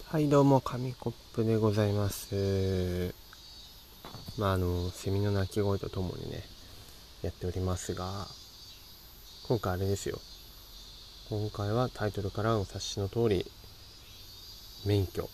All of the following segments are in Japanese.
はいどうも、紙コップでございます。セミの鳴き声とともにね、やっておりますが、今回あれですよ。今回はタイトルからお察しの通り、免許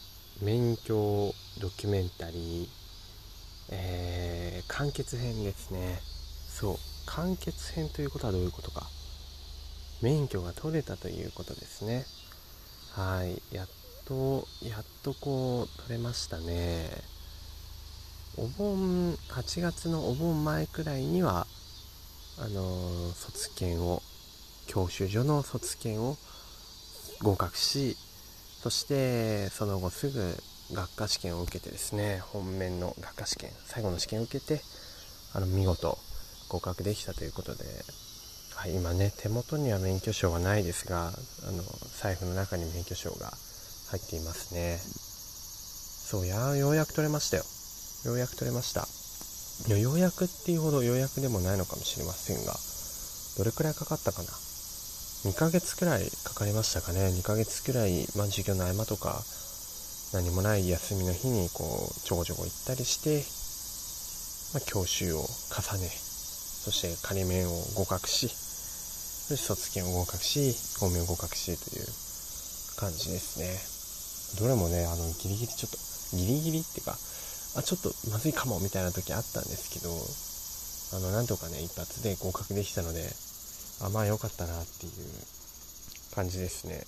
ドキュメンタリー、完結編ですね。そう、完結編ということはどういうことか。免許が取れたということですね。はい、やっとこう取れましたね。8月のお盆前くらいには教習所の卒検を合格し、そしてその後すぐ学科試験を受けてですね、本面の学科試験、最後の試験を受けて見事合格できたということで、はい、今ね手元には免許証はないですが、財布の中に免許証が入っていますね。ようやく取れました。ようやくっていうほどようやくでもないのかもしれませんが、どれくらいかかったかな。2ヶ月くらいかかりましたかね。2ヶ月くらい、授業の合間とか何もない休みの日にちょこちょこ行ったりして、教習を重ね、そして仮免を合格し、そして卒検を合格し、本免を合格しという感じですね。どれもね、ギリギリっていうか、ちょっとまずいかもみたいな時あったんですけど、なんとかね一発で合格できたので、良かったなっていう感じですね。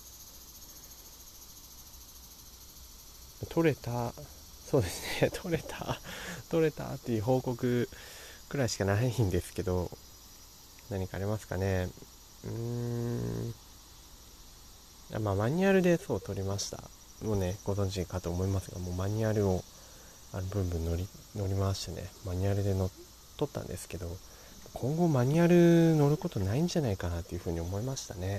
取れたそうですね取れたっていう報告くらいしかないんですけど、何かありますかね。マニュアルで取りました。もうねご存知かと思いますが、もうマニュアルをブンブン乗り回してね、マニュアルで取ったんですけど、今後マニュアル乗ることないんじゃないかなっていうふうに思いましたね。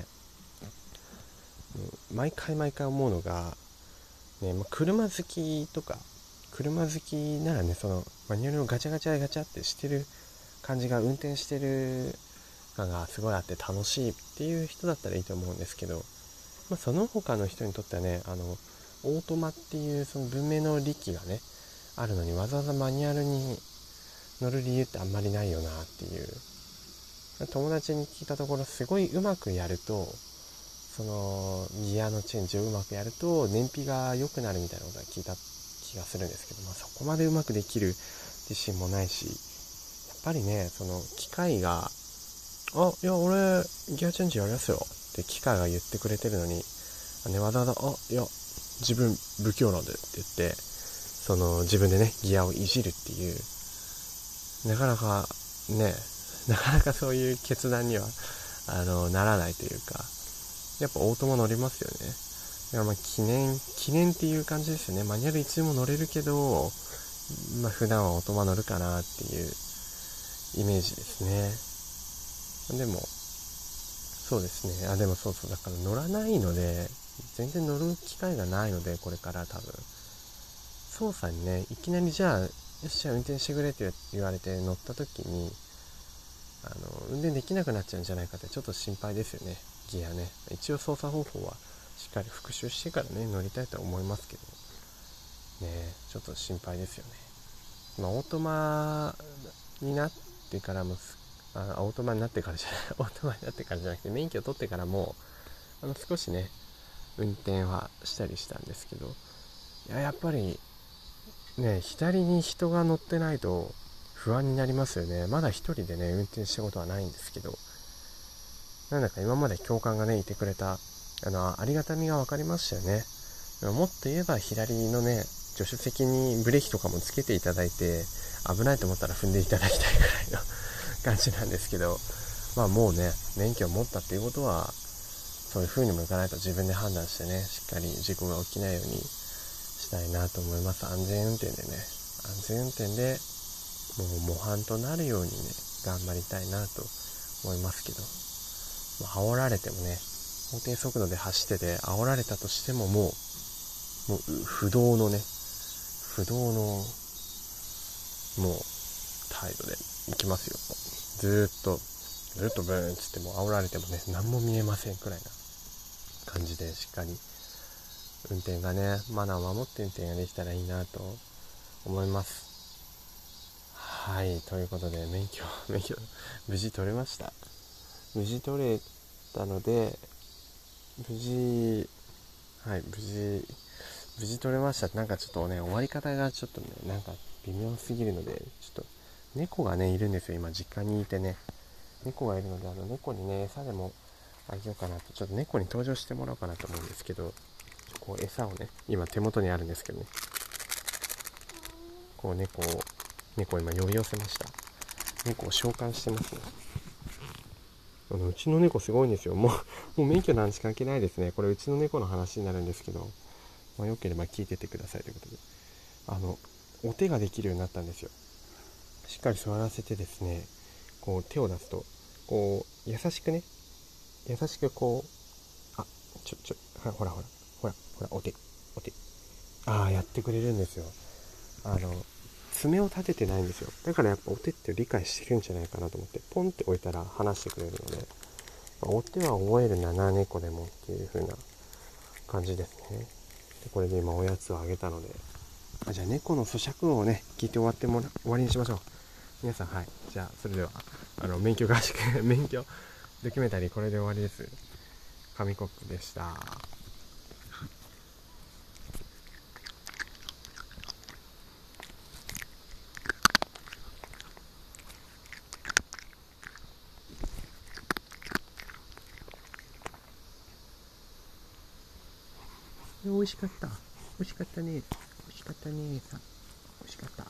毎回思うのが、ね、車好きならね、そのマニュアルをガチャってしてる感じが、運転してる感がすごいあって楽しいっていう人だったらいいと思うんですけど、その他の人にとってはね、オートマっていうその文明の利器がねあるのに、わざわざマニュアルに乗る理由ってあんまりないよなっていう。友達に聞いたところ、すごいうまくやると、そのギアのチェンジをうまくやると燃費が良くなるみたいなことは聞いた気がするんですけど、そこまでうまくできる自信もないし、やっぱりね、その機械がいや俺ギアチェンジやりますよって機械が言ってくれてるのに、わざわざいや自分不器用なんでって言って、その自分でねギアをいじるっていう、なかなかそういう決断にはならないというか、やっぱオートマ乗りますよね。だから記念っていう感じですよね。マニュアルいつでも乗れるけど、普段はオートマ乗るかなっていうイメージですね。でもそうですね。でもだから乗らないので、全然乗る機会がないので、これから多分操作にね、いきなりじゃあよっしゃ運転してくれって言われて乗った時に運転できなくなっちゃうんじゃないかってちょっと心配ですよね。ギアね、一応操作方法はしっかり復習してからね乗りたいと思いますけどね、ちょっと心配ですよね。オートマになってからもオートマになってからじゃないオートマになってからじゃなくて、免許取ってからも少しね運転はしたりしたんですけど、やっぱりね、左に人が乗ってないと不安になりますよね。まだ一人でね運転したことはないんですけど、なんだか今まで教官がねいてくれたありがたみが分かりましたよね。もっと言えば左のね助手席にブレーキとかもつけていただいて、危ないと思ったら踏んでいただきたいくらいの感じなんですけど、もうね免許を持ったっていうことはそういう風にもいかないと自分で判断してね、しっかり事故が起きないようにしたいなと思います。安全運転でもう模範となるようにね頑張りたいなと思いますけど、煽られてもね、法定速度で走ってて煽られたとしても、もう不動のもう態度で行きますよ。ずっとブーンっつっても煽られてもね何も見えませんくらいな感じでしっかり運転がね、マナーを守って運転ができたらいいなと思います。はい、ということで免許無事取れました。無事取れたので、無事取れました。なんかちょっとね、終わり方がちょっとね、なんか微妙すぎるので、ちょっと猫がねいるんですよ。今実家にいてね、猫がいるので、猫にね餌でもあげようかなと、ちょっと猫に登場してもらおうかなと思うんですけど、こう餌をね、今手元にあるんですけどね、こう猫を今呼び寄せました。猫を召喚してますね。うちの猫すごいんですよ。もう免許なんし関係ないですね。これうちの猫の話になるんですけど、よければ聞いててくださいということで、お手ができるようになったんですよ。しっかり座らせてですね、こう手を出すと、こう優しくね、優しくこう、あ、ほらお手やってくれるんですよ。爪を立ててないんですよ。だからやっぱお手って理解してるんじゃないかなと思って、ポンって置いたら離してくれるので、お手は覚えるな、猫でもっていう風な感じですね。でこれで今おやつをあげたので、じゃあ猫の咀嚼音をね聞いて終わりにしましょう。皆さん、はい、じゃあそれでは免許合宿免許ドキュメンタリーこれで終わりです。紙コップでした。美味しかったねさ、美味しかった。